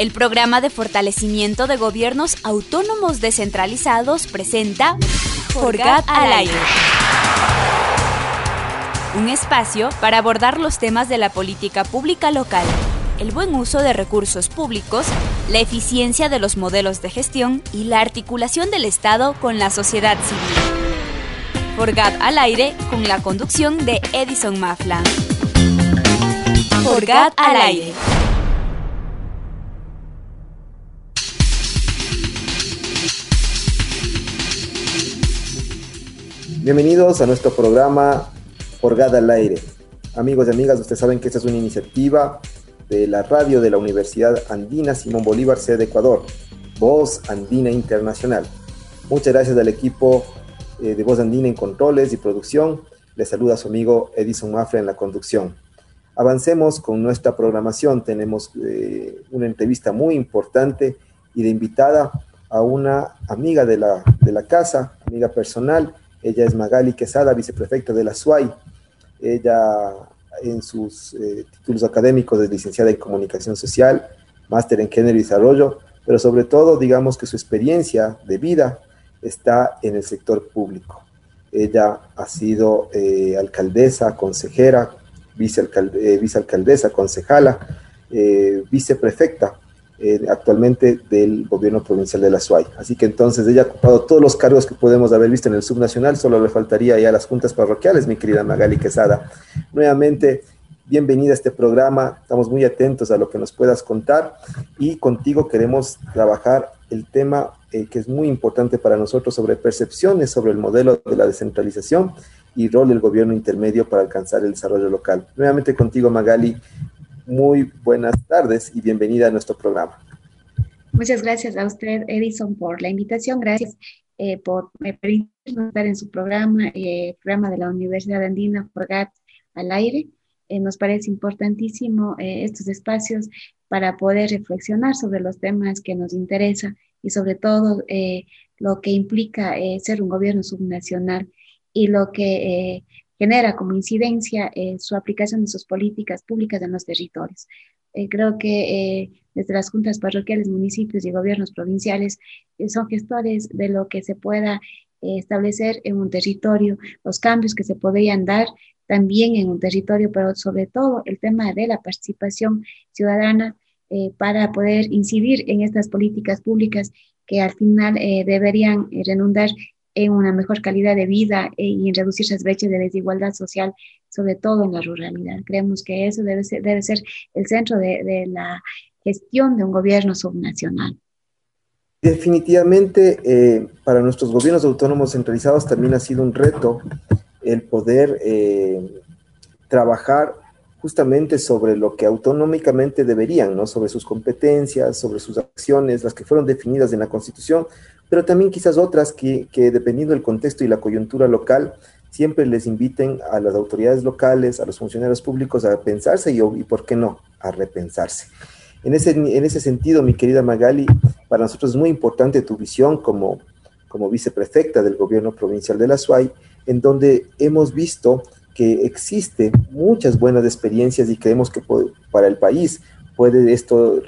El programa de fortalecimiento de gobiernos autónomos descentralizados presenta FORGAD al aire. Un espacio para abordar los temas de la política pública local, el buen uso de recursos públicos, la eficiencia de los modelos de gestión y la articulación del Estado con la sociedad civil. FORGAD al aire con la conducción de Edison Mafla. FORGAD al aire. Bienvenidos a nuestro programa FORGAD al aire. Amigos y amigas, ustedes saben que esta es una iniciativa de la radio de la Universidad Andina Simón Bolívar, sede Ecuador, Voz Andina Internacional. Muchas gracias al equipo de Voz Andina en controles y producción. Les saluda su amigo Edison Mafra en la conducción. Avancemos con nuestra programación. Tenemos una entrevista muy importante y de invitada a una amiga de la casa, amiga personal. Ella es Magali Quesada, viceprefecta de la SUAY. Ella en sus títulos académicos es licenciada en Comunicación Social, máster en Género y Desarrollo, pero sobre todo digamos que su experiencia de vida está en el sector público. Ella ha sido alcaldesa, consejera, vicealcaldesa, concejala, viceprefecta actualmente del gobierno provincial de la SUAY. Así que entonces ella ha ocupado todos los cargos que podemos haber visto en el subnacional, solo le faltaría ya las juntas parroquiales, mi querida Magali Quesada. Nuevamente, bienvenida a este programa, estamos muy atentos a lo que nos puedas contar y contigo queremos trabajar el tema que es muy importante para nosotros sobre percepciones, sobre el modelo de la descentralización y rol del gobierno intermedio para alcanzar el desarrollo local. Nuevamente contigo, Magali. Muy buenas tardes y bienvenida a nuestro programa. Muchas gracias a usted, Edison, por la invitación. Gracias por permitirnos estar en su programa, programa de la Universidad Andina, FORGAD al aire. Nos parece importantísimo estos espacios para poder reflexionar sobre los temas que nos interesan y sobre todo lo que implica ser un gobierno subnacional y lo que genera como incidencia su aplicación de sus políticas públicas en los territorios. Creo que desde las juntas parroquiales, municipios y gobiernos provinciales son gestores de lo que se pueda establecer en un territorio, los cambios que se podrían dar también en un territorio, pero sobre todo el tema de la participación ciudadana para poder incidir en estas políticas públicas que al final deberían redundar en una mejor calidad de vida y en reducir esas brechas de desigualdad social, sobre todo en la ruralidad. Creemos que eso debe ser el centro de la gestión de un gobierno subnacional. Definitivamente, para nuestros gobiernos autónomos centralizados también ha sido un reto el poder trabajar justamente sobre lo que autonómicamente deberían, ¿no? Sobre sus competencias, sobre sus acciones, las que fueron definidas en la Constitución, pero también quizás otras que dependiendo del contexto y la coyuntura local, siempre les inviten a las autoridades locales, a los funcionarios públicos a pensarse y ¿por qué no?, a repensarse. En ese sentido, mi querida Magali, para nosotros es muy importante tu visión como viceprefecta del gobierno provincial de la SUAY, en donde hemos visto que existe muchas buenas experiencias y creemos que para el país puede esto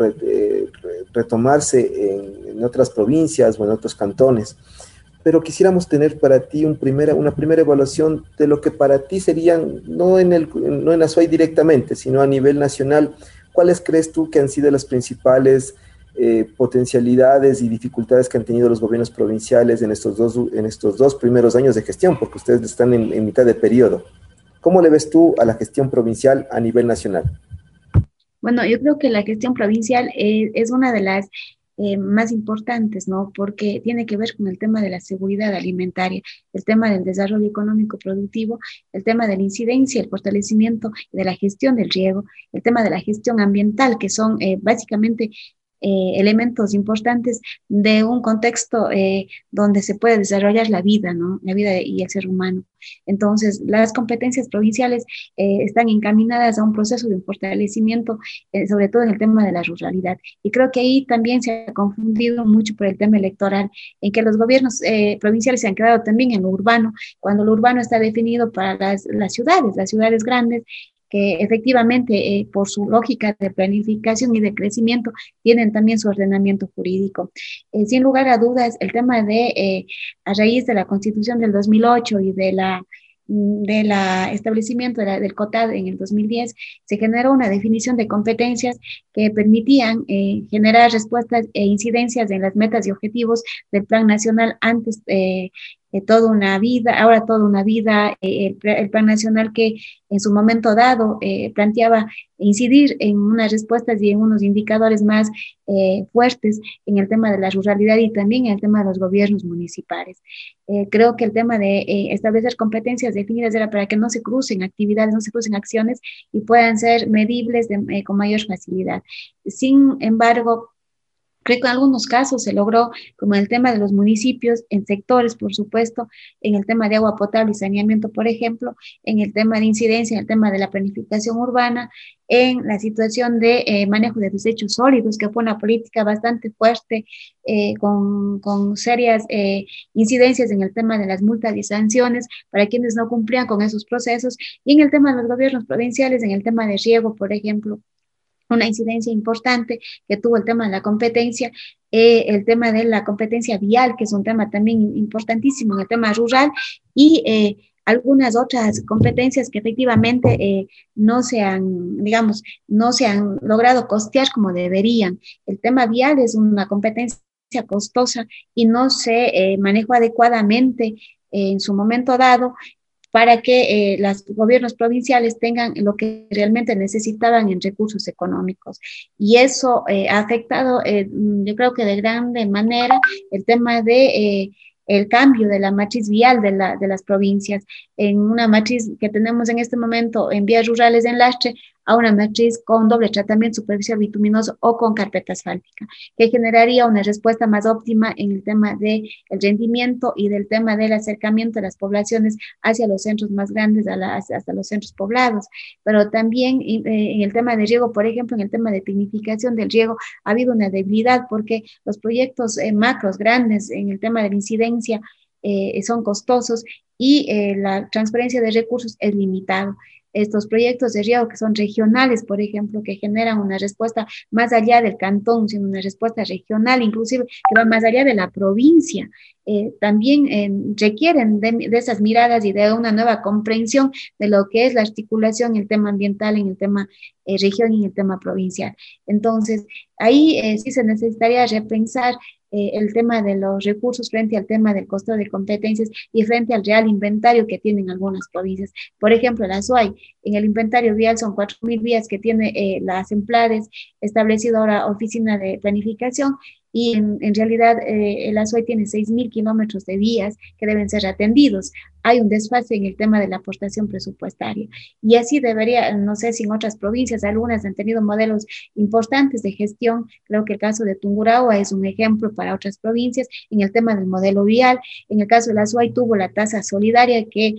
retomarse en otras provincias o en otros cantones. Pero quisiéramos tener para ti una primera evaluación de lo que para ti serían, no en la SUAY directamente, sino a nivel nacional. ¿Cuáles crees tú que han sido las principales potencialidades y dificultades que han tenido los gobiernos provinciales en estos dos primeros años de gestión? Porque ustedes están en mitad de periodo. ¿Cómo le ves tú a la gestión provincial a nivel nacional? Bueno, yo creo que la gestión provincial es una de las más importantes, ¿no? Porque tiene que ver con el tema de la seguridad alimentaria, el tema del desarrollo económico productivo, el tema de la incidencia, el fortalecimiento de la gestión del riego, el tema de la gestión ambiental, que son básicamente elementos importantes de un contexto donde se puede desarrollar la vida, ¿no? La vida y el ser humano. Entonces, las competencias provinciales están encaminadas a un proceso de fortalecimiento, sobre todo en el tema de la ruralidad. Y creo que ahí también se ha confundido mucho por el tema electoral, en que los gobiernos provinciales se han quedado también en lo urbano, cuando lo urbano está definido para las ciudades grandes, que efectivamente por su lógica de planificación y de crecimiento tienen también su ordenamiento jurídico. Sin lugar a dudas, el tema de, a raíz de la Constitución del 2008 y de la establecimiento del COTAD en el 2010, se generó una definición de competencias que permitían generar respuestas e incidencias en las metas y objetivos del Plan Nacional antes toda una vida, ahora toda una vida, el Plan Nacional que en su momento dado planteaba incidir en unas respuestas y en unos indicadores más fuertes en el tema de la ruralidad y también en el tema de los gobiernos municipales. Creo que el tema de establecer competencias definidas era para que no se crucen actividades, no se crucen acciones y puedan ser medibles con mayor facilidad. Sin embargo, creo que en algunos casos se logró, como en el tema de los municipios, en sectores, por supuesto, en el tema de agua potable y saneamiento, por ejemplo, en el tema de incidencia, en el tema de la planificación urbana, en la situación de manejo de desechos sólidos, que fue una política bastante fuerte, con serias incidencias en el tema de las multas y sanciones para quienes no cumplían con esos procesos, y en el tema de los gobiernos provinciales, en el tema de riego, por ejemplo, una incidencia importante que tuvo el tema de la competencia, el tema de la competencia vial, que es un tema también importantísimo en el tema rural, y algunas otras competencias que efectivamente no se han, digamos, no se han logrado costear como deberían. El tema vial es una competencia costosa y no se manejó adecuadamente en su momento dado para que los gobiernos provinciales tengan lo que realmente necesitaban en recursos económicos. Y eso ha afectado, yo creo que de grande manera, el tema de el cambio de la matriz vial de las provincias, en una matriz que tenemos en este momento en vías rurales en lastre, a una matriz con doble tratamiento superficial bituminoso o con carpeta asfáltica, que generaría una respuesta más óptima en el tema del rendimiento y del tema del acercamiento de las poblaciones hacia los centros más grandes, hasta los centros poblados. Pero también en el tema de riego, por ejemplo, en el tema de tecnificación del riego, ha habido una debilidad porque los proyectos macros grandes en el tema de la incidencia son costosos y la transferencia de recursos es limitada. Estos proyectos de riego que son regionales, por ejemplo, que generan una respuesta más allá del cantón, sino una respuesta regional, inclusive que va más allá de la provincia, también requieren de esas miradas y de una nueva comprensión de lo que es la articulación en el tema ambiental, en el tema región y en el tema provincial. Entonces, ahí sí se necesitaría repensar el tema de los recursos frente al tema del costo de competencias y frente al real inventario que tienen algunas provincias. Por ejemplo, la SUAY, en el inventario vial son 4.000 vías que tiene las EMPLADES, establecido ahora Oficina de Planificación, y en realidad el ASUAY tiene 6.000 kilómetros de vías que deben ser atendidos. Hay un desfase en el tema de la aportación presupuestaria. Y así debería, no sé si en otras provincias, algunas han tenido modelos importantes de gestión. Creo que el caso de Tungurahua es un ejemplo para otras provincias en el tema del modelo vial. En el caso de la ASUAY tuvo la tasa solidaria que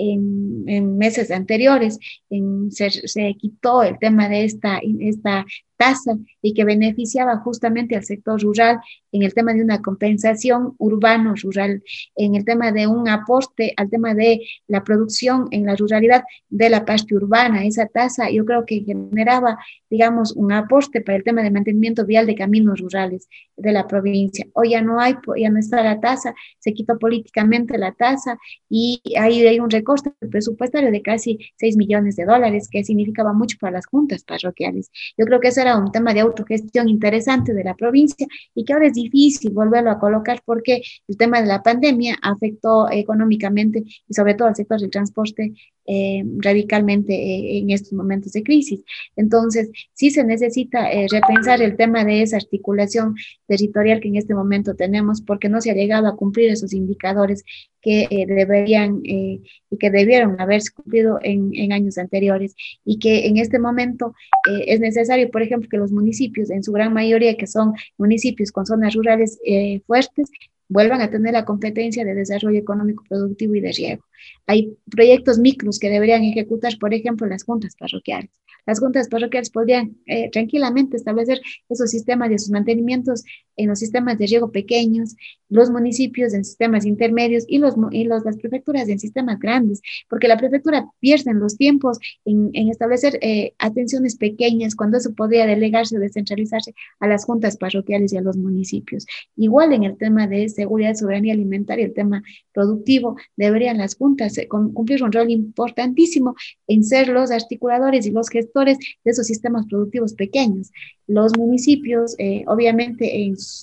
en meses anteriores se quitó el tema de esta tasa y que beneficiaba justamente al sector rural en el tema de una compensación urbano-rural, en el tema de un aporte al tema de la producción en la ruralidad de la parte urbana. Esa tasa yo creo que generaba, digamos, un aporte para el tema de mantenimiento vial de caminos rurales de la provincia. Hoy ya no hay, ya no está la tasa, se quitó políticamente la tasa y hay un recorte presupuestario de casi 6 millones de dólares, que significaba mucho para las juntas parroquiales. Yo creo que ese era un tema de autogestión interesante de la provincia y que ahora es difícil volverlo a colocar porque el tema de la pandemia afectó económicamente y sobre todo al sector del transporte radicalmente en estos momentos de crisis. Entonces, sí se necesita repensar el tema de esa articulación territorial que en este momento tenemos porque no se ha llegado a cumplir esos indicadores que deberían y que debieron haberse cumplido en años anteriores y que en este momento es necesario, por ejemplo, que los municipios, en su gran mayoría, que son municipios con zonas rurales fuertes, vuelvan a tener la competencia de desarrollo económico, productivo y de riego. Hay proyectos micros que deberían ejecutar, por ejemplo, las juntas parroquiales. Las juntas parroquiales podrían tranquilamente establecer esos sistemas y esos mantenimientos en los sistemas de riego pequeños, los municipios en sistemas intermedios y las prefecturas en sistemas grandes, porque la prefectura pierde en los tiempos en establecer atenciones pequeñas, cuando eso podría delegarse o descentralizarse a las juntas parroquiales y a los municipios. Igual en el tema de seguridad, soberanía alimentaria, el tema productivo, deberían las juntas cumplir un rol importantísimo en ser los articuladores y los gestores de esos sistemas productivos pequeños. Los municipios, obviamente,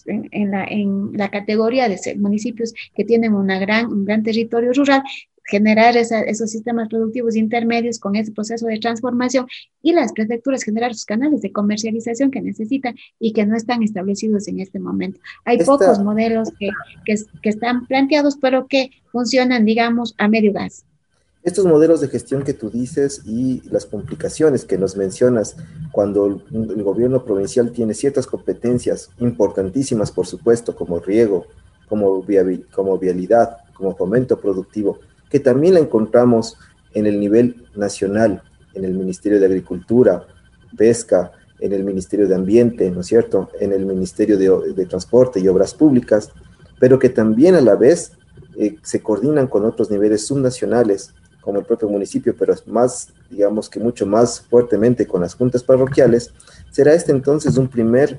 en la categoría de ser municipios que tienen un gran territorio rural, generar esos sistemas productivos intermedios con ese proceso de transformación, y las prefecturas generar sus canales de comercialización que necesitan y que no están establecidos en este momento. Hay pocos modelos que están planteados, pero que funcionan, digamos, a medio gas. Estos modelos de gestión que tú dices y las complicaciones que nos mencionas cuando el gobierno provincial tiene ciertas competencias importantísimas, por supuesto, como riego, como vialidad, como fomento productivo, que también la encontramos en el nivel nacional, en el Ministerio de Agricultura, Pesca, en el Ministerio de Ambiente, ¿no es cierto?, en el Ministerio de Transporte y Obras Públicas, pero que también a la vez se coordinan con otros niveles subnacionales, como el propio municipio, pero más, digamos que mucho más fuertemente con las juntas parroquiales. ¿Será este entonces un primer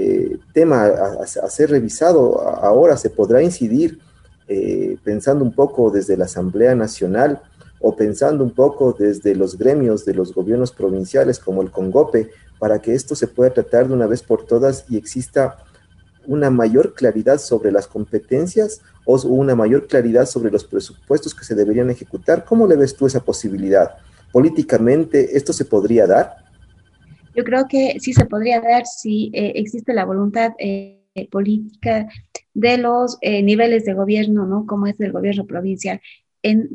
tema a ser revisado? Ahora se podrá incidir pensando un poco desde la Asamblea Nacional o pensando un poco desde los gremios de los gobiernos provinciales como el CONGOPE, para que esto se pueda tratar de una vez por todas y exista una mayor claridad sobre las competencias o una mayor claridad sobre los presupuestos que se deberían ejecutar? ¿Cómo le ves tú esa posibilidad? ¿Políticamente esto se podría dar? Yo creo que sí se podría dar si existe la voluntad política de los niveles de gobierno, ¿no? Como es el gobierno provincial, en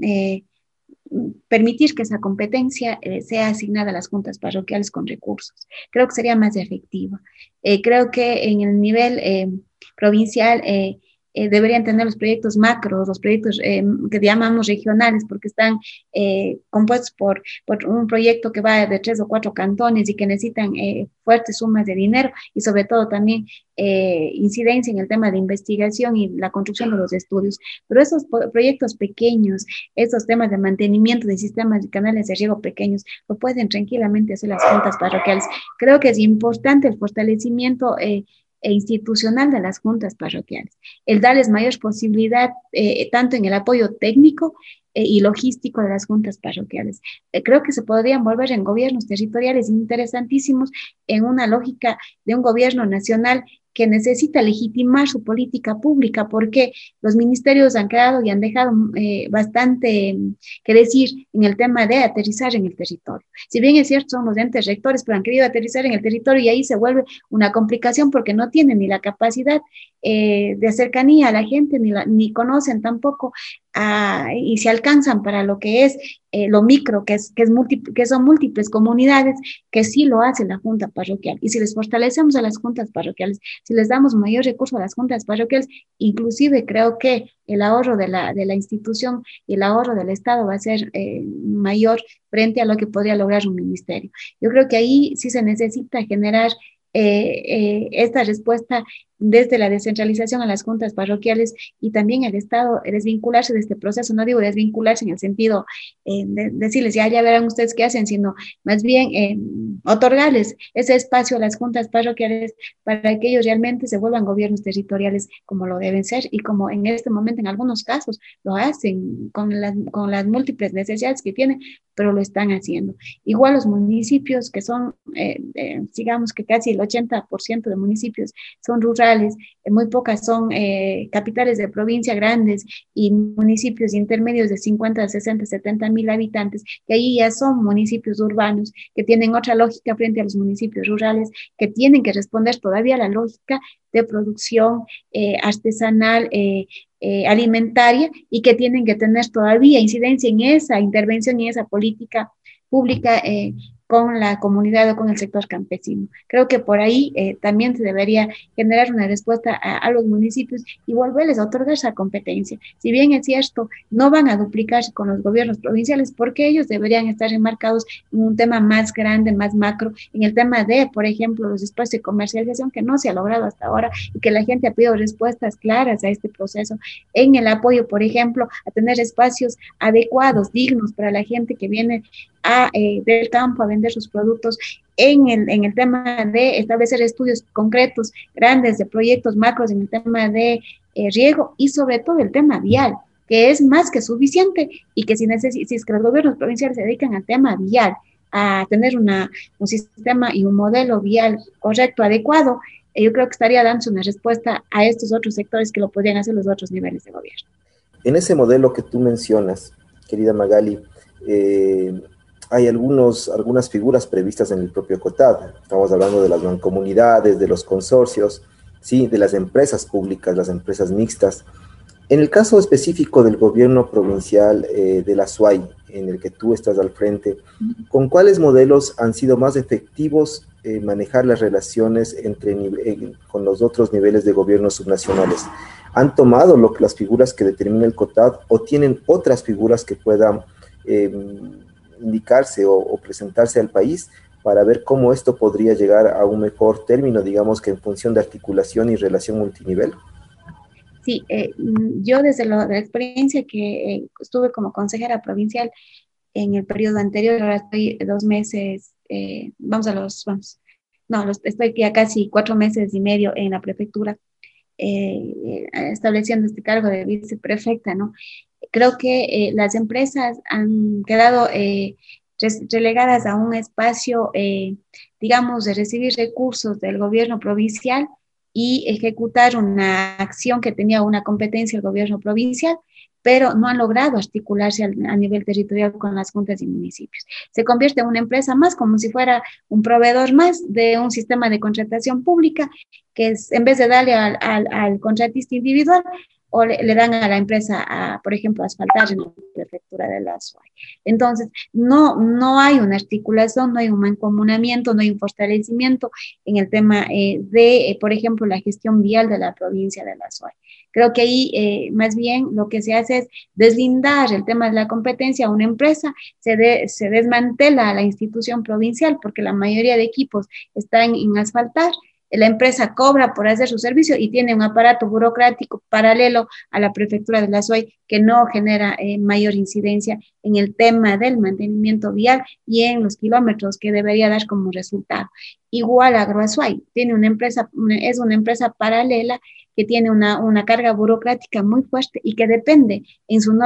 permitir que esa competencia sea asignada a las juntas parroquiales con recursos. Creo que sería más efectivo. Creo que en el nivel provincial deberían tener los proyectos macros, los proyectos que llamamos regionales, porque están compuestos por un proyecto que va de 3 o 4 cantones y que necesitan fuertes sumas de dinero, y sobre todo también incidencia en el tema de investigación y la construcción de los estudios. Pero esos proyectos pequeños, esos temas de mantenimiento de sistemas de canales de riego pequeños, lo pueden tranquilamente hacer las juntas parroquiales. Creo que es importante el fortalecimiento institucional de las juntas parroquiales, el darles mayor posibilidad tanto en el apoyo técnico y logístico de las juntas parroquiales. Creo que se podrían volver en gobiernos territoriales interesantísimos en una lógica de un gobierno nacional que necesita legitimar su política pública, porque los ministerios han quedado y han dejado bastante que decir en el tema de aterrizar en el territorio. Si bien es cierto, son los entes rectores, pero han querido aterrizar en el territorio, y ahí se vuelve una complicación porque no tienen ni la capacidad de cercanía a la gente, ni conocen tampoco y se alcanzan para lo que es lo micro, que son múltiples comunidades, que sí lo hace la junta parroquial. Y si les fortalecemos a las juntas parroquiales, si les damos mayor recurso a las juntas parroquiales, inclusive creo que el ahorro de la institución y el ahorro del Estado va a ser mayor frente a lo que podría lograr un ministerio. Yo creo que ahí sí se necesita generar esta respuesta desde la descentralización a las juntas parroquiales, y también el Estado desvincularse de este proceso. No digo desvincularse en el sentido de decirles ya verán ustedes qué hacen, sino más bien otorgarles ese espacio a las juntas parroquiales para que ellos realmente se vuelvan gobiernos territoriales como lo deben ser, y como en este momento en algunos casos lo hacen con las múltiples necesidades que tienen, pero lo están haciendo. Igual los municipios que son, digamos que casi el 80% de municipios son rurales, muy pocas son capitales de provincia grandes y municipios intermedios de 50, 60, 70 mil habitantes, que ahí ya son municipios urbanos, que tienen otra lógica frente a los municipios rurales, que tienen que responder todavía a la lógica de producción artesanal, alimentaria, y que tienen que tener todavía incidencia en esa intervención y esa política pública con la comunidad o con el sector campesino. Creo que por ahí también se debería generar una respuesta a los municipios y volverles a otorgar esa competencia. Si bien es cierto, no van a duplicarse con los gobiernos provinciales, porque ellos deberían estar enmarcados en un tema más grande, más macro, en el tema de, por ejemplo, los espacios de comercialización que no se ha logrado hasta ahora y que la gente ha pedido respuestas claras a este proceso, en el apoyo, por ejemplo, a tener espacios adecuados, dignos para la gente que viene del campo a vender sus productos, en el tema de establecer estudios concretos, grandes, de proyectos macros en el tema de riego y sobre todo el tema vial, que es más que suficiente y que si es que los gobiernos provinciales se dedican al tema vial, a tener un sistema y un modelo vial correcto, adecuado, yo creo que estaría dando una respuesta a estos otros sectores que lo podrían hacer los otros niveles de gobierno. En ese modelo que tú mencionas, querida Magali, hay algunas figuras previstas en el propio COTAD. Estamos hablando de las mancomunidades, de los consorcios, sí, de las empresas públicas, las empresas mixtas. En el caso específico del gobierno provincial de la SUAY, en el que tú estás al frente, ¿con cuáles modelos han sido más efectivos manejar las relaciones con los otros niveles de gobierno subnacionales? ¿Han tomado las figuras que determina el COTAD o tienen otras figuras que puedan indicarse o presentarse al país para ver cómo esto podría llegar a un mejor término, digamos que en función de articulación y relación multinivel? Sí, yo desde la experiencia que estuve como consejera provincial en el periodo anterior, ahora estoy 2 meses, estoy ya casi 4 meses y medio en la prefectura, estableciendo este cargo de viceprefecta, ¿no? Creo que las empresas han quedado relegadas a un espacio, digamos, de recibir recursos del gobierno provincial y ejecutar una acción que tenía una competencia el gobierno provincial, pero no han logrado articularse a nivel territorial con las juntas y municipios. Se convierte en una empresa más, como si fuera un proveedor más de un sistema de contratación pública, que es, en vez de darle al contratista individual, o le dan a la empresa, por ejemplo, asfaltar en la prefectura de la SUAY. Entonces, no hay una articulación, no hay un mancomunamiento, no hay un fortalecimiento en el tema por ejemplo, la gestión vial de la provincia de la SUAY. Creo que ahí más bien lo que se hace es deslindar el tema de la competencia a una empresa, se desmantela a la institución provincial porque la mayoría de equipos están en asfaltar. La empresa cobra por hacer su servicio y tiene un aparato burocrático paralelo a la prefectura de la SUAY que no genera mayor incidencia en el tema del mantenimiento vial y en los kilómetros que debería dar como resultado. Igual Agroazuay es una empresa paralela que tiene una carga burocrática muy fuerte y que depende en su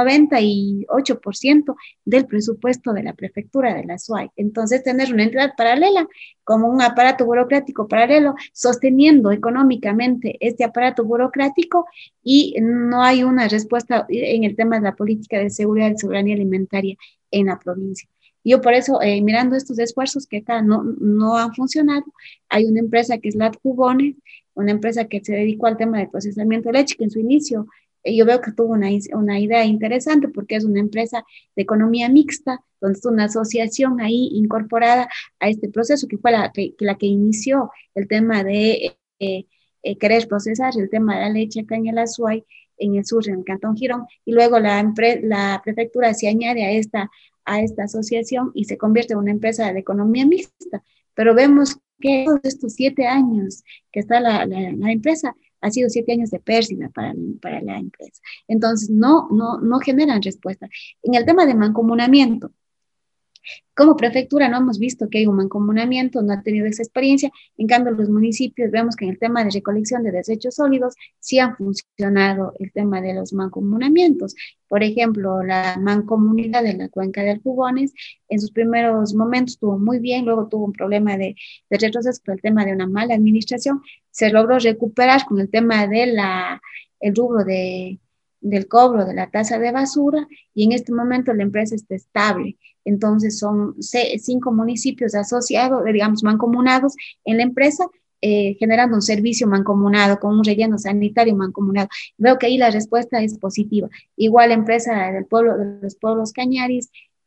98% del presupuesto de la prefectura de la SUAY. Entonces, tener una entidad paralela como un aparato burocrático paralelo sosteniendo económicamente este aparato burocrático y no hay una respuesta en el tema de la política de seguridad y soberanía alimentaria en la provincia. Yo por eso, mirando estos esfuerzos que acá no han funcionado, hay una empresa que es LAT Jugones, una empresa que se dedicó al tema del procesamiento de leche, que en su inicio yo veo que tuvo una idea interesante porque es una empresa de economía mixta, donde está una asociación ahí incorporada a este proceso, que fue la que inició el tema de querer procesar el tema de la leche acá en el Azuay, en el sur, en el Cantón Girón, y luego la prefectura se añade a esta asociación y se convierte en una empresa de economía mixta. Pero vemos que todos estos 7 años que está la empresa, ha sido 7 años de pérdida para la empresa. Entonces, no generan respuesta. En el tema de mancomunamiento, como prefectura no hemos visto que hay un mancomunamiento, no ha tenido esa experiencia. En cambio, los municipios vemos que en el tema de recolección de desechos sólidos sí han funcionado el tema de los mancomunamientos. Por ejemplo, la mancomunidad de la Cuenca del Jugones en sus primeros momentos estuvo muy bien, luego tuvo un problema de retroceso por el tema de una mala administración. Se logró recuperar con el tema de el rubro del cobro de la tasa de basura y en este momento la empresa está estable. Entonces son 5 municipios asociados, digamos, mancomunados en la empresa, generando un servicio mancomunado, con un relleno sanitario mancomunado. Veo que ahí la respuesta es positiva. Igual la empresa de los pueblos Cañaris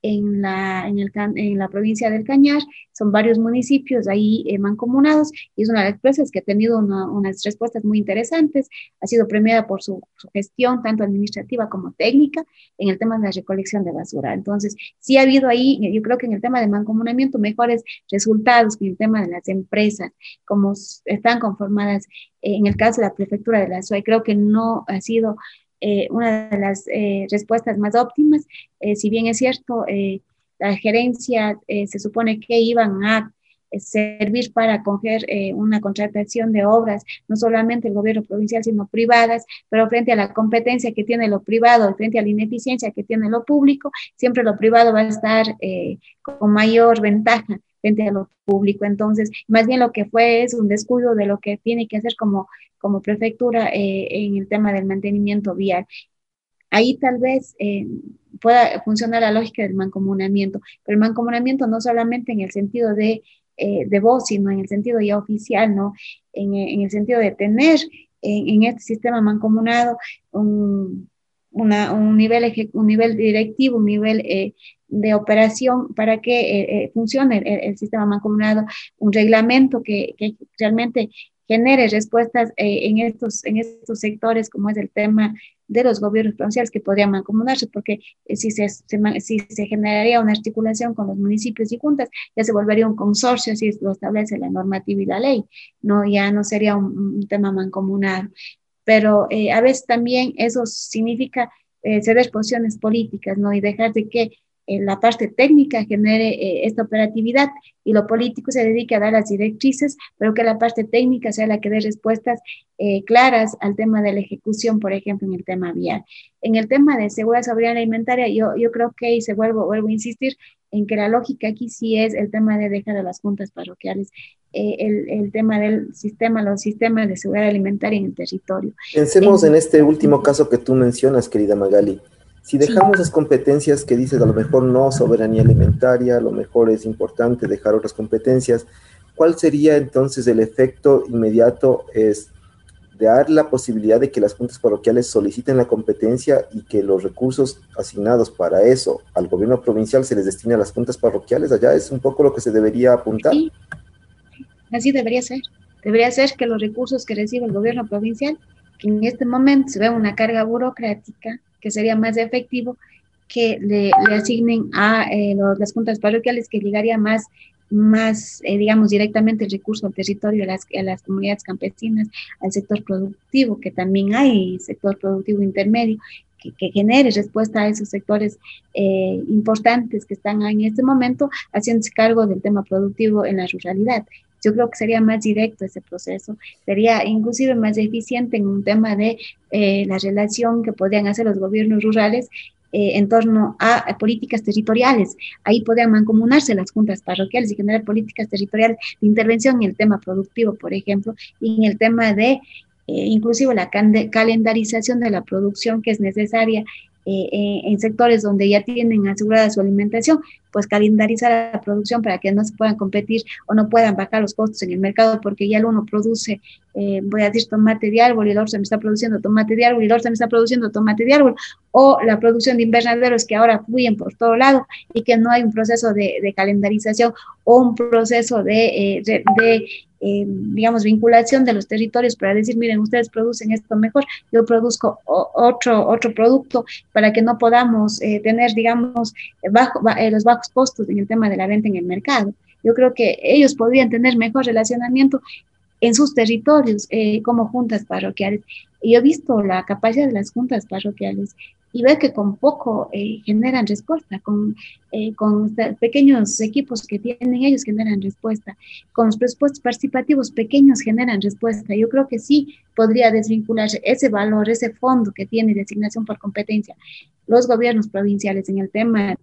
en la provincia del Cañar. Son varios municipios ahí mancomunados y es una de las empresas que ha tenido unas respuestas muy interesantes. Ha sido premiada por su gestión, tanto administrativa como técnica, en el tema de la recolección de basura. Entonces, sí ha habido ahí, yo creo que en el tema de mancomunamiento, mejores resultados que en el tema de las empresas, como están conformadas en el caso de la prefectura de la SUAY. Creo que no ha sido una de las respuestas más óptimas. Si bien es cierto, la gerencia se supone que iban a servir para acoger una contratación de obras, no solamente el gobierno provincial, sino privadas, pero frente a la competencia que tiene lo privado, frente a la ineficiencia que tiene lo público, siempre lo privado va a estar con mayor ventaja frente a lo público. Entonces, más bien lo que fue es un descuido de lo que tiene que hacer como prefectura en el tema del mantenimiento vial. Ahí tal vez pueda funcionar la lógica del mancomunamiento, pero el mancomunamiento no solamente en el sentido de voz, sino en el sentido ya oficial, ¿no? En el sentido de tener en este sistema mancomunado un nivel directivo, un nivel de operación para que funcione el sistema mancomunado, un reglamento que realmente genere respuestas en estos sectores, como es el tema de los gobiernos provinciales que podrían mancomunarse, porque si se generaría una articulación con los municipios y juntas, ya se volvería un consorcio, si lo establece la normativa y la ley, no, ya no sería un tema mancomunado. Pero a veces también eso significa ceder posiciones políticas, ¿no? Y dejar de que la parte técnica genere esta operatividad y lo político se dedique a dar las directrices, pero que la parte técnica sea la que dé respuestas claras al tema de la ejecución, por ejemplo, en el tema vial. En el tema de seguridad soberana alimentaria, yo creo que, y vuelvo a insistir, en que la lógica aquí sí es el tema de dejar a las juntas parroquiales, el tema del sistema, los sistemas de seguridad alimentaria en el territorio. Pensemos en este último caso que tú mencionas, querida Magali. Si dejamos las competencias que dices, a lo mejor no soberanía alimentaria, a lo mejor es importante dejar otras competencias, ¿cuál sería entonces el efecto inmediato? Es dar la posibilidad de que las juntas parroquiales soliciten la competencia y que los recursos asignados para eso al gobierno provincial se les destine a las juntas parroquiales. Allá es un poco lo que se debería apuntar. Sí, así debería ser. Debería ser que los recursos que recibe el gobierno provincial, que en este momento se ve una carga burocrática, que sería más efectivo que le asignen a las juntas parroquiales, que llegaría más digamos, directamente el recurso al territorio, a las comunidades campesinas, al sector productivo, que también hay sector productivo intermedio, que genere respuesta a esos sectores importantes que están en este momento haciéndose cargo del tema productivo en la ruralidad. Yo creo que sería más directo ese proceso, sería inclusive más eficiente en un tema de la relación que podrían hacer los gobiernos rurales en torno a políticas territoriales. Ahí podrían mancomunarse las juntas parroquiales y generar políticas territoriales de intervención en el tema productivo, por ejemplo, y en el tema de inclusive la calendarización de la producción que es necesaria en sectores donde ya tienen asegurada su alimentación, pues calendarizar la producción para que no se puedan competir o no puedan bajar los costos en el mercado, porque ya el uno produce, voy a decir, tomate de árbol y el otro me está produciendo tomate de árbol y el otro me está produciendo tomate de árbol, o la producción de invernaderos que ahora fluyen por todo lado y que no hay un proceso de calendarización o un proceso digamos, vinculación de los territorios para decir, miren, ustedes producen esto mejor, yo produzco otro producto, para que no podamos tener, digamos, los bajos costos en el tema de la venta en el mercado. Yo creo que ellos podrían tener mejor relacionamiento en sus territorios como juntas parroquiales. Y yo he visto la capacidad de las juntas parroquiales y veo que con poco generan respuesta, con pequeños equipos que tienen ellos generan respuesta, con los presupuestos participativos pequeños generan respuesta. Yo creo que sí podría desvincularse ese valor, ese fondo que tiene de asignación por competencia los gobiernos provinciales en el tema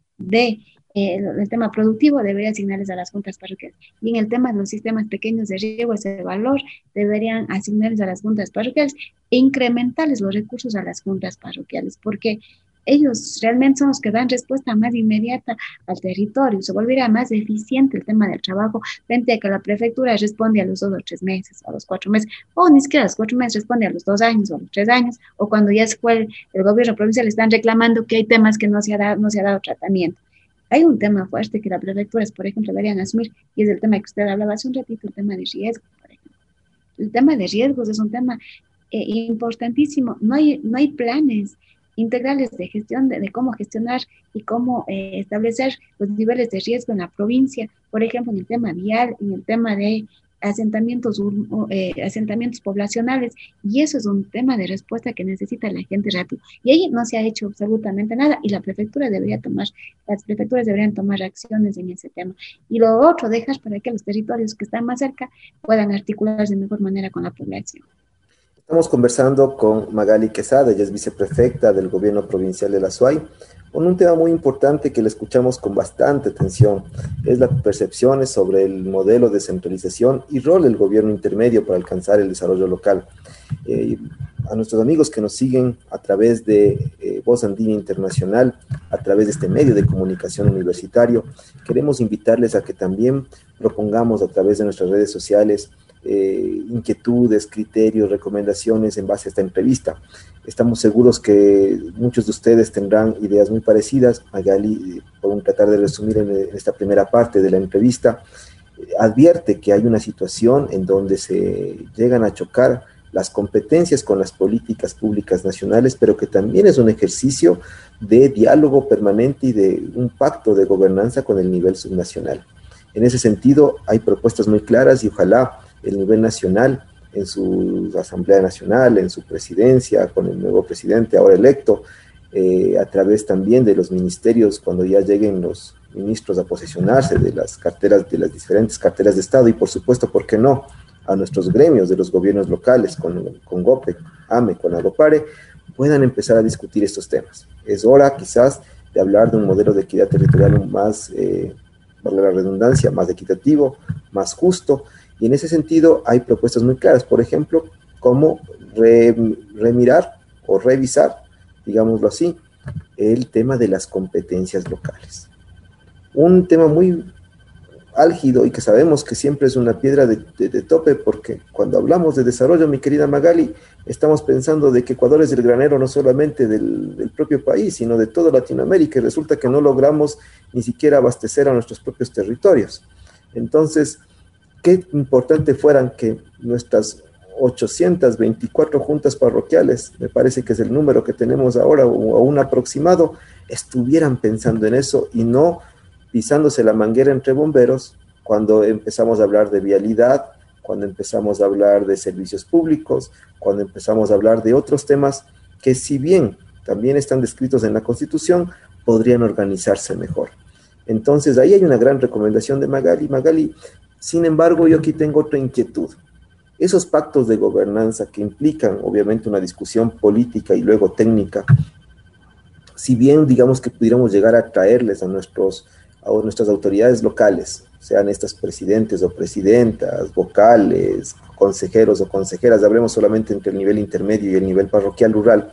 el tema productivo, debería asignarles a las juntas parroquiales, y en el tema de los sistemas pequeños de riego, ese valor deberían asignarles a las juntas parroquiales e incrementarles los recursos a las juntas parroquiales, porque ellos realmente son los que dan respuesta más inmediata al territorio. Se volverá más eficiente el tema del trabajo frente a que la prefectura responde a los 2 o 3 meses, a los 4 meses, o ni siquiera a los 4 meses, responde a los 2 años o a los 3 años, o cuando ya se fue el gobierno provincial están reclamando que hay temas que no se ha dado tratamiento. Hay un tema fuerte que las prefecturas, por ejemplo, deberían asumir, y es el tema que usted hablaba hace un ratito, el tema de riesgo, por ejemplo. El tema de riesgos es un tema importantísimo. No hay planes integrales de gestión, de cómo gestionar y cómo establecer los niveles de riesgo en la provincia, por ejemplo, en el tema vial, en el tema de asentamientos poblacionales, y eso es un tema de respuesta que necesita la gente rápido. Y ahí no se ha hecho absolutamente nada, y las prefecturas deberían tomar acciones en ese tema. Y lo otro, dejas para que los territorios que están más cerca puedan articularse de mejor manera con la población. Estamos conversando con Magali Quesada, ella es viceprefecta del gobierno provincial de la SUAY, con un tema muy importante que le escuchamos con bastante atención, es las percepciones sobre el modelo de centralización y rol del gobierno intermedio para alcanzar el desarrollo local. Eh, a nuestros amigos que nos siguen a través de Voz Andina Internacional, a través de este medio de comunicación universitario, queremos invitarles a que también propongamos a través de nuestras redes sociales inquietudes, criterios, recomendaciones en base a esta entrevista. Estamos seguros que muchos de ustedes tendrán ideas muy parecidas. Magali, por tratar de resumir en esta primera parte de la entrevista, advierte que hay una situación en donde se llegan a chocar las competencias con las políticas públicas nacionales, pero que también es un ejercicio de diálogo permanente y de un pacto de gobernanza con el nivel subnacional. En ese sentido, hay propuestas muy claras y ojalá el nivel nacional, en su Asamblea Nacional, en su presidencia, con el nuevo presidente ahora electo, a través también de los ministerios, cuando ya lleguen los ministros a posesionarse de las carteras, de las diferentes carteras de Estado, y por supuesto, ¿por qué no?, a nuestros gremios de los gobiernos locales, con GOPE, AME, con AGOPARE, puedan empezar a discutir estos temas. Es hora quizás de hablar de un modelo de equidad territorial más, valga la redundancia, más equitativo, más justo. Y en ese sentido hay propuestas muy claras, por ejemplo, cómo remirar o revisar, digámoslo así, el tema de las competencias locales. Un tema muy álgido y que sabemos que siempre es una piedra de tope, porque cuando hablamos de desarrollo, mi querida Magali, estamos pensando de que Ecuador es el granero no solamente del propio país, sino de toda Latinoamérica, y resulta que no logramos ni siquiera abastecer a nuestros propios territorios. Entonces, qué importante fueran que nuestras 824 juntas parroquiales, me parece que es el número que tenemos ahora, o un aproximado, estuvieran pensando en eso y no pisándose la manguera entre bomberos cuando empezamos a hablar de vialidad, cuando empezamos a hablar de servicios públicos, cuando empezamos a hablar de otros temas que, si bien también están descritos en la Constitución, podrían organizarse mejor. Entonces, ahí hay una gran recomendación de Magali. Magali, sin embargo, yo aquí tengo otra inquietud. Esos pactos de gobernanza que implican, obviamente, una discusión política y luego técnica, si bien, digamos, que pudiéramos llegar a traerles a nuestras autoridades locales, sean estas presidentes o presidentas, vocales, consejeros o consejeras, hablemos solamente entre el nivel intermedio y el nivel parroquial rural,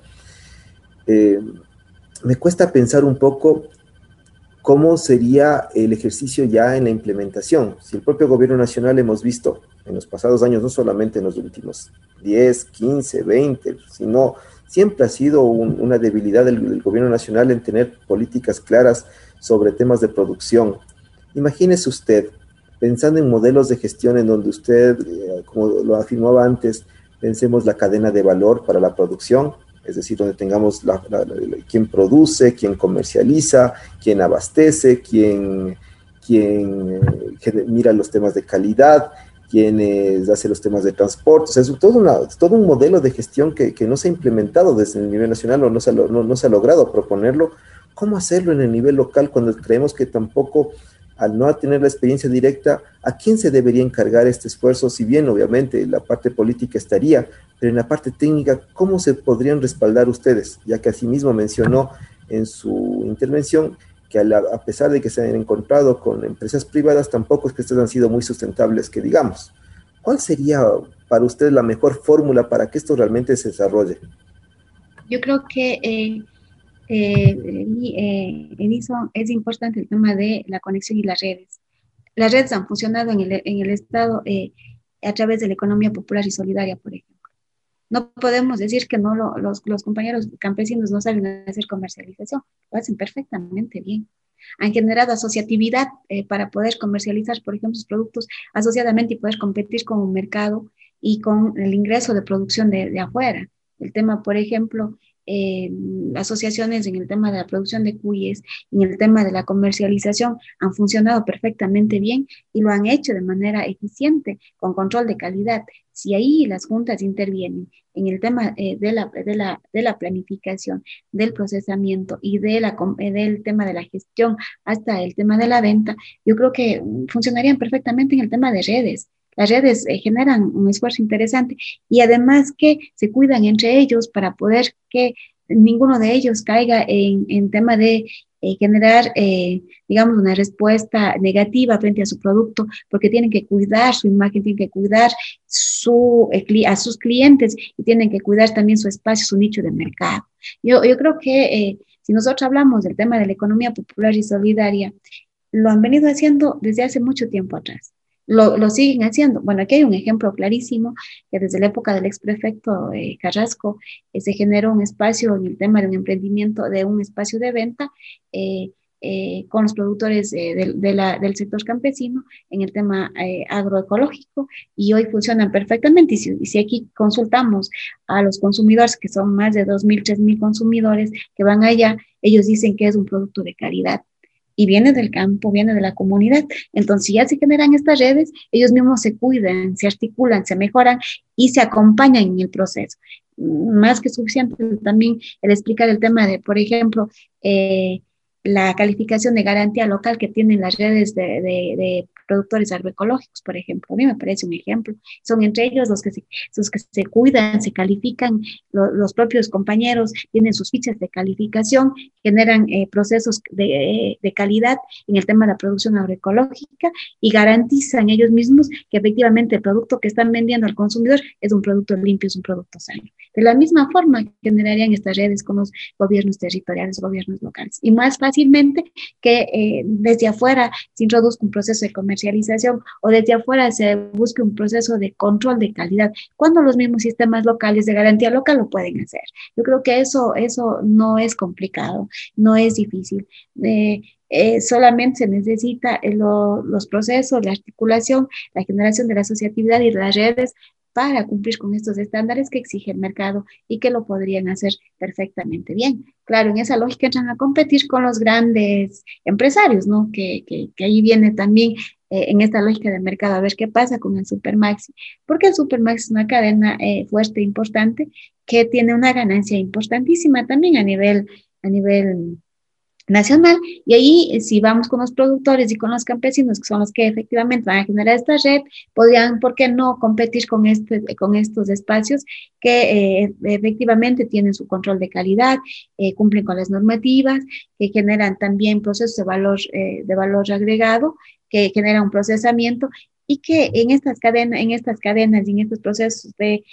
me cuesta pensar un poco cómo sería el ejercicio ya en la implementación. Si el propio gobierno nacional hemos visto en los pasados años, no solamente en los últimos 10, 15, 20, sino siempre ha sido una debilidad del gobierno nacional en tener políticas claras sobre temas de producción. Imagínese usted, pensando en modelos de gestión en donde usted, como lo afirmaba antes, pensemos la cadena de valor para la producción, es decir, donde tengamos quién produce, quién comercializa, quién abastece, quién mira los temas de calidad, quién hace los temas de transporte. O sea, es todo un modelo de gestión que no se ha implementado desde el nivel nacional o no se ha logrado proponerlo. ¿Cómo hacerlo en el nivel local cuando creemos que tampoco, al no tener la experiencia directa, a quién se debería encargar este esfuerzo? Si bien, obviamente, la parte política estaría, pero en la parte técnica, ¿cómo se podrían respaldar ustedes? Ya que asimismo mencionó en su intervención que a pesar de que se han encontrado con empresas privadas, tampoco es que estas han sido muy sustentables, que digamos. ¿Cuál sería para usted la mejor fórmula para que esto realmente se desarrolle? Yo creo que Edison, es importante el tema de la conexión y las redes. Las redes han funcionado en el Estado a través de la economía popular y solidaria, por ejemplo. No podemos decir que no los compañeros campesinos no saben hacer comercialización, lo hacen perfectamente bien. Han generado asociatividad para poder comercializar, por ejemplo, sus productos asociadamente y poder competir con un mercado y con el ingreso de producción de afuera. El tema, por ejemplo, asociaciones en el tema de la producción de cuyes, en el tema de la comercialización, han funcionado perfectamente bien y lo han hecho de manera eficiente, con control de calidad. Si ahí las juntas intervienen en el tema de la planificación, del procesamiento y del tema de la gestión hasta el tema de la venta, yo creo que funcionarían perfectamente en el tema de redes. Las redes generan un esfuerzo interesante y además que se cuidan entre ellos para poder que ninguno de ellos caiga en tema de generar, digamos, una respuesta negativa frente a su producto, porque tienen que cuidar su imagen, tienen que cuidar a sus clientes y tienen que cuidar también su espacio, su nicho de mercado. Yo creo que si nosotros hablamos del tema de la economía popular y solidaria, lo han venido haciendo desde hace mucho tiempo atrás. Lo siguen haciendo. Bueno, aquí hay un ejemplo clarísimo que desde la época del exprefecto Carrasco se generó un espacio en el tema de un emprendimiento, de un espacio de venta con los productores del sector campesino en el tema agroecológico y hoy funcionan perfectamente. Y si aquí consultamos a los consumidores, que son más de 2.000, 3.000 consumidores que van allá, ellos dicen que es un producto de calidad y viene del campo, viene de la comunidad. Entonces, ya se generan estas redes, ellos mismos se cuidan, se articulan, se mejoran y se acompañan en el proceso. Más que suficiente también el explicar el tema de, por ejemplo, la calificación de garantía local que tienen las redes de productores agroecológicos, por ejemplo. A mí me parece un ejemplo. Son entre ellos los que se cuidan, se califican, los propios compañeros tienen sus fichas de calificación, generan procesos de calidad en el tema de la producción agroecológica y garantizan ellos mismos que efectivamente el producto que están vendiendo al consumidor es un producto limpio, es un producto sano. De la misma forma generarían estas redes con los gobiernos territoriales, gobiernos locales. Y más fácilmente que desde afuera se introduzca un proceso de comercialización o desde afuera se busque un proceso de control de calidad, cuando los mismos sistemas locales de garantía local lo pueden hacer. Yo creo que eso no es complicado, no es difícil. Solamente se necesita los procesos, la articulación, la generación de la asociatividad y de las redes para cumplir con estos estándares que exige el mercado y que lo podrían hacer perfectamente bien. Claro, en esa lógica entran a competir con los grandes empresarios, ¿no? Que ahí viene también en esta lógica de mercado a ver qué pasa con el Supermaxi, porque el Supermaxi es una cadena fuerte, importante, que tiene una ganancia importantísima también a nivel nacional, y ahí si vamos con los productores y con los campesinos, que son los que efectivamente van a generar esta red, podrían, ¿por qué no competir con estos espacios que efectivamente tienen su control de calidad, cumplen con las normativas, que generan también procesos de valor agregado, que generan un procesamiento y que en estas cadenas y en estos procesos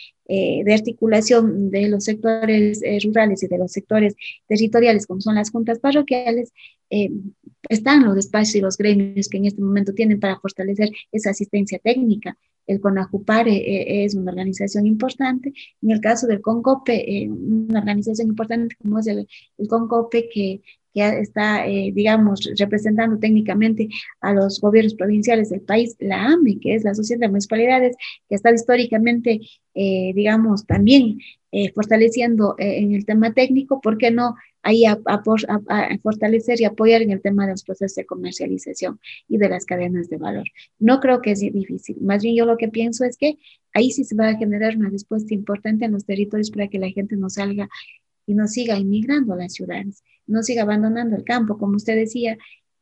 de articulación de los sectores rurales y de los sectores territoriales, como son las juntas parroquiales, están los espacios y los gremios que en este momento tienen para fortalecer esa asistencia técnica. El CONAJUPAR es una organización importante. En el caso del CONCOPE, una organización importante como es el CONCOPE, que está, digamos, representando técnicamente a los gobiernos provinciales del país, la AME, que es la Asociación de Municipalidades, que está históricamente, digamos, también fortaleciendo en el tema técnico. ¿Por qué no ahí a fortalecer y apoyar en el tema de los procesos de comercialización y de las cadenas de valor? No creo que es difícil, más bien yo lo que pienso es que ahí sí se va a generar una respuesta importante en los territorios para que la gente no salga y no siga inmigrando a las ciudades, no siga abandonando el campo. Como usted decía,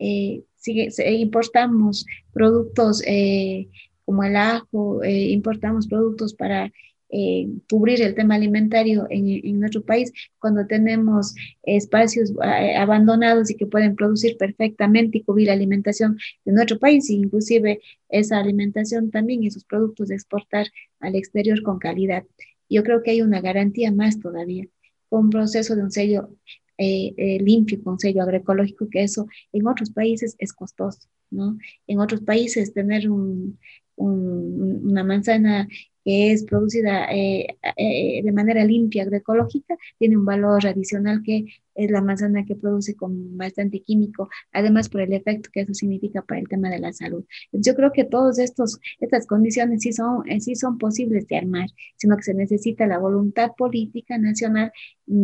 importamos productos como el ajo, importamos productos para cubrir el tema alimentario en nuestro país, cuando tenemos espacios abandonados y que pueden producir perfectamente y cubrir la alimentación de nuestro país, e inclusive esa alimentación también, esos productos de exportar al exterior con calidad. Yo creo que hay una garantía más todavía, con un proceso de un sello limpio, con sello agroecológico, que eso en otros países es costoso, ¿no? En otros países tener una manzana que es producida de manera limpia, agroecológica, tiene un valor adicional que es la manzana que produce con bastante químico, además por el efecto que eso significa para el tema de la salud. Yo creo que todas estas condiciones sí son posibles de armar, sino que se necesita la voluntad política nacional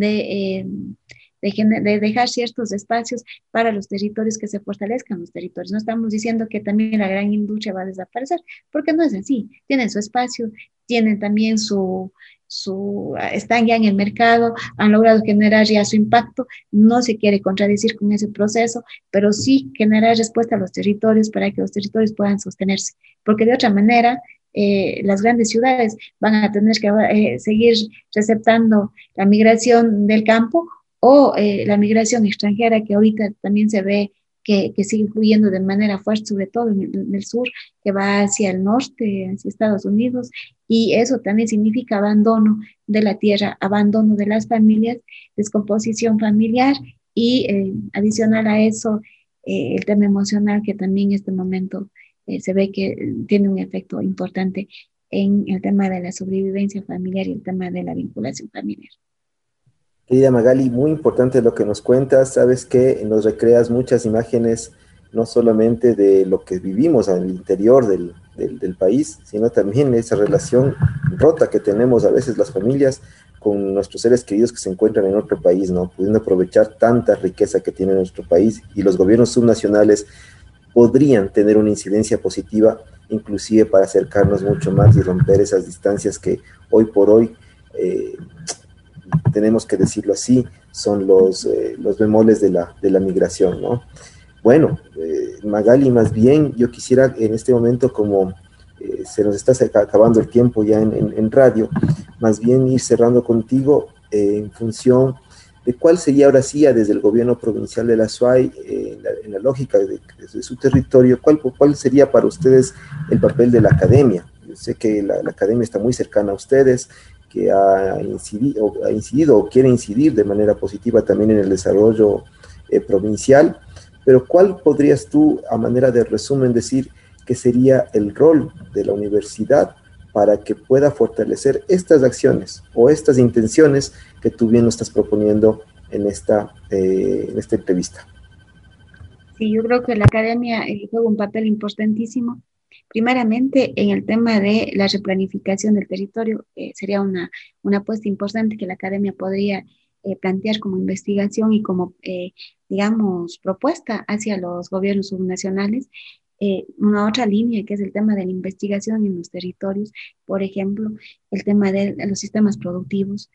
de dejar ciertos espacios para los territorios, que se fortalezcan los territorios. No estamos diciendo que también la gran industria va a desaparecer, porque no es así. Tienen su espacio, tienen también están ya en el mercado, han logrado generar ya su impacto, no se quiere contradecir con ese proceso, pero sí generar respuesta a los territorios para que los territorios puedan sostenerse, porque de otra manera las grandes ciudades van a tener que seguir receptando la migración del campo o la migración extranjera que ahorita también se ve que sigue fluyendo de manera fuerte, sobre todo en el sur, que va hacia el norte, hacia Estados Unidos, y eso también significa abandono de la tierra, abandono de las familias, descomposición familiar y adicional a eso, el tema emocional que también en este momento se ve que tiene un efecto importante en el tema de la sobrevivencia familiar y el tema de la vinculación familiar. Querida Magali, muy importante lo que nos cuentas. Sabes que nos recreas muchas imágenes, no solamente de lo que vivimos al interior del país, sino también esa relación rota que tenemos a veces las familias con nuestros seres queridos que se encuentran en otro país, ¿no? Pudiendo aprovechar tanta riqueza que tiene nuestro país, y los gobiernos subnacionales podrían tener una incidencia positiva, inclusive para acercarnos mucho más y romper esas distancias que hoy por hoy tenemos que decirlo así, son los bemoles de la migración, ¿no? Bueno, Magali, más bien yo quisiera en este momento, como se nos está acabando el tiempo ya en radio, más bien ir cerrando contigo en función de cuál sería ahora sí, desde el gobierno provincial de la SUAY, en la lógica de su territorio, cuál sería para ustedes el papel de la academia. Yo sé que la academia está muy cercana a ustedes, que ha incidido o quiere incidir de manera positiva también en el desarrollo provincial, pero ¿cuál podrías tú, a manera de resumen, decir que sería el rol de la universidad para que pueda fortalecer estas acciones o estas intenciones que tú bien nos estás proponiendo en esta entrevista? Sí, yo creo que la academia juega un papel importantísimo. Primeramente, en el tema de la replanificación del territorio, sería una apuesta importante que la academia podría plantear como investigación y como, digamos, propuesta hacia los gobiernos subnacionales. Una otra línea que es el tema de la investigación en los territorios, por ejemplo, el tema de los sistemas productivos,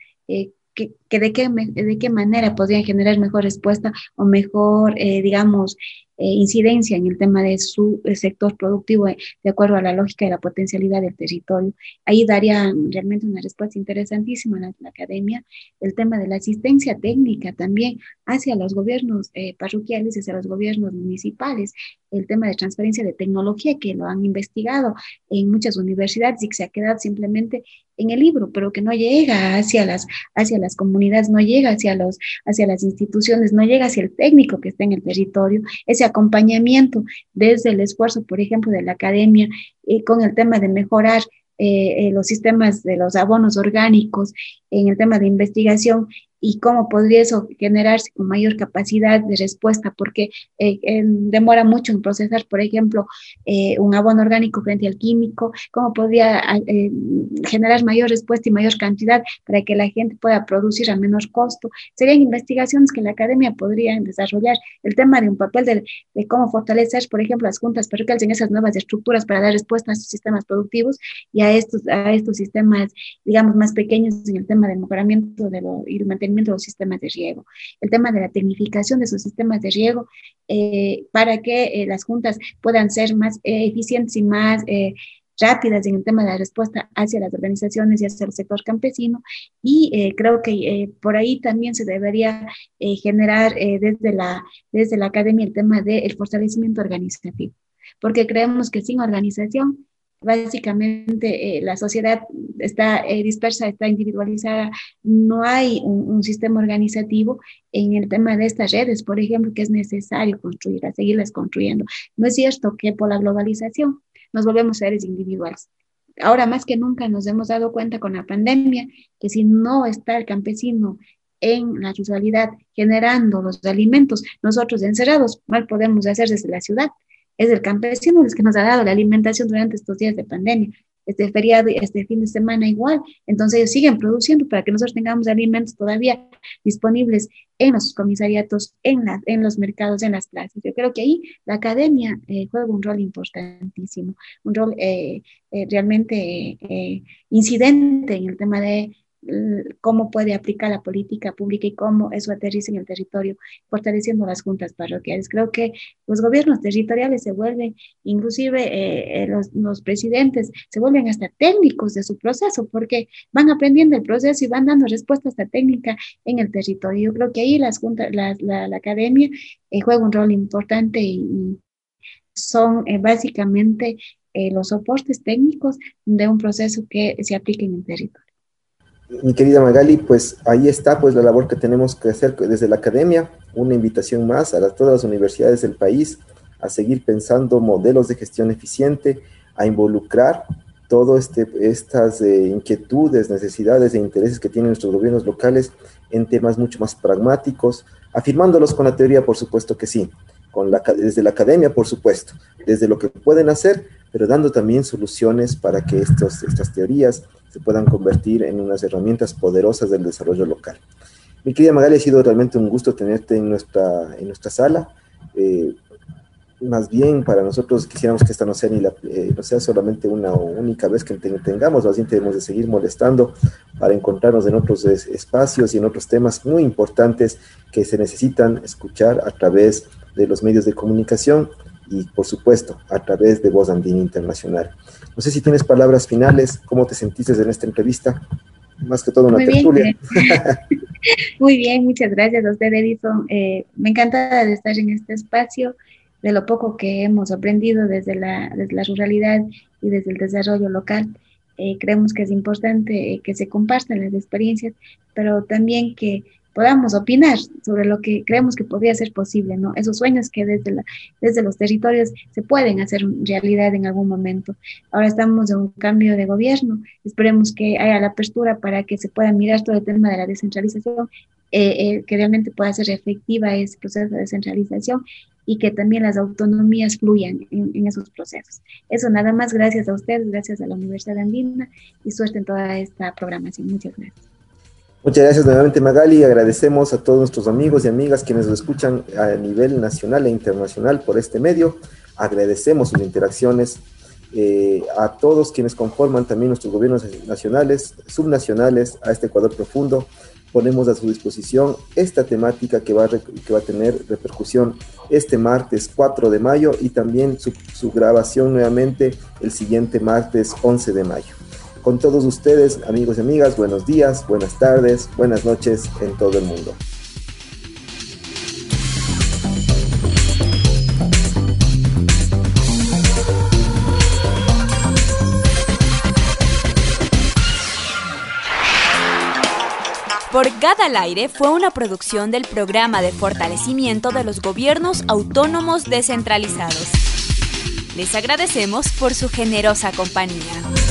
de qué manera podrían generar mejor respuesta o mejor, digamos, incidencia en el tema de su sector productivo de acuerdo a la lógica y la potencialidad del territorio. Ahí daría realmente una respuesta interesantísima a la academia. El tema de la asistencia técnica también hacia los gobiernos parroquiales, hacia los gobiernos municipales, el tema de transferencia de tecnología que lo han investigado en muchas universidades y que se ha quedado simplemente en el libro, pero que no llega hacia las comunidades, no llega hacia las instituciones, no llega hacia el técnico que está en el territorio, ese acompañamiento desde el esfuerzo, por ejemplo, de la academia, con el tema de mejorar los sistemas de los abonos orgánicos, en el tema de investigación y cómo podría eso generarse con mayor capacidad de respuesta, porque demora mucho en procesar, por ejemplo, un abono orgánico frente al químico, cómo podría generar mayor respuesta y mayor cantidad para que la gente pueda producir a menor costo. Serían investigaciones que la academia podría desarrollar. El tema de un papel de cómo fortalecer, por ejemplo, las juntas parroquiales en esas nuevas estructuras para dar respuesta a sus sistemas productivos y a estos sistemas, digamos, más pequeños en el tema del mejoramiento y el mantenimiento de los sistemas de riego, el tema de la tecnificación de esos sistemas de riego para que las juntas puedan ser más eficientes y más rápidas en el tema de la respuesta hacia las organizaciones y hacia el sector campesino. Y creo que por ahí también se debería generar desde la academia el tema del fortalecimiento organizativo, porque creemos que sin organización básicamente la sociedad está dispersa, está individualizada, no hay un sistema organizativo en el tema de estas redes, por ejemplo, que es necesario construirlas, seguirlas construyendo. No es cierto que por la globalización nos volvemos seres individuales. ahora más que nunca nos hemos dado cuenta con la pandemia que si no está el campesino en la ruralidad generando los alimentos, nosotros encerrados mal podemos hacer desde la ciudad. Es el campesino el que nos ha dado la alimentación durante estos días de pandemia. Este feriado, este fin de semana igual. Entonces ellos siguen produciendo para que nosotros tengamos alimentos todavía disponibles en los comisariatos, en los mercados, en las plazas. Yo creo que ahí la academia juega un rol importantísimo, un rol realmente incidente en el tema de cómo puede aplicar la política pública y cómo eso aterriza en el territorio, fortaleciendo las juntas parroquiales. Creo que los gobiernos territoriales se vuelven, inclusive los presidentes, se vuelven hasta técnicos de su proceso, porque van aprendiendo el proceso y van dando respuesta hasta técnica en el territorio. Yo creo que ahí las juntas, la academia juega un rol importante y son básicamente los soportes técnicos de un proceso que se aplica en el territorio. Mi querida Magali, pues ahí está pues la labor que tenemos que hacer desde la academia, una invitación más a todas las universidades del país a seguir pensando modelos de gestión eficiente, a involucrar todas estas inquietudes, necesidades e intereses que tienen nuestros gobiernos locales en temas mucho más pragmáticos, afirmándolos con la teoría, por supuesto que sí, desde la academia, por supuesto, desde lo que pueden hacer, pero dando también soluciones para que estas teorías se puedan convertir en unas herramientas poderosas del desarrollo local. Mi querida Magali, ha sido realmente un gusto tenerte en nuestra sala. Más bien para nosotros quisiéramos que esta no sea, no sea solamente una única vez que tengamos, más bien tenemos de seguir molestando para encontrarnos en otros espacios y en otros temas muy importantes que se necesitan escuchar a través de los medios de comunicación y, por supuesto, a través de Voz Andina Internacional. No sé si tienes palabras finales, ¿cómo te sentiste en esta entrevista? Más que todo una tertulia. Muy bien, muchas gracias a usted, Edison. Me encanta de estar en este espacio, de lo poco que hemos aprendido desde la ruralidad y desde el desarrollo local. Creemos que es importante que se compartan las experiencias, pero también que podamos opinar sobre lo que creemos que podría ser posible, ¿no? Esos sueños que desde los territorios se pueden hacer realidad en algún momento. Ahora estamos en un cambio de gobierno, esperemos que haya la apertura para que se pueda mirar todo el tema de la descentralización, que realmente pueda ser efectiva ese proceso de descentralización y que también las autonomías fluyan en esos procesos. Eso nada más, gracias a ustedes, gracias a la Universidad Andina y suerte en toda esta programación. Muchas gracias. Muchas gracias nuevamente, Magali. Agradecemos a todos nuestros amigos y amigas quienes lo escuchan a nivel nacional e internacional por este medio. Agradecemos sus interacciones. A todos quienes conforman también nuestros gobiernos nacionales, subnacionales, a este Ecuador profundo. Ponemos a su disposición esta temática que va a tener repercusión este martes 4 de mayo y también su grabación nuevamente el siguiente martes 11 de mayo. Con todos ustedes, amigos y amigas, buenos días, buenas tardes, buenas noches en todo el mundo. Por GAD al Aire fue una producción del Programa de Fortalecimiento de los Gobiernos Autónomos Descentralizados. Les agradecemos por su generosa compañía.